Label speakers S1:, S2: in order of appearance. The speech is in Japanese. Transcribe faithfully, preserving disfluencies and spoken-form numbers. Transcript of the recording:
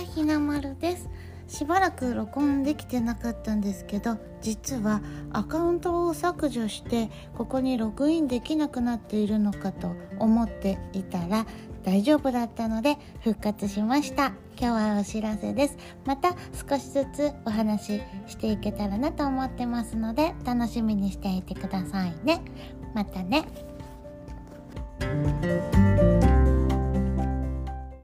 S1: ひなまるです。しばらく録音できてなかったんですけど、実はアカウントを削除してここにログインできなくなっているのかと思っていたら大丈夫だったので復活しました。今日はお知らせです。また少しずつお話ししていけたらなと思ってますので楽しみにしていてくださいね。またね。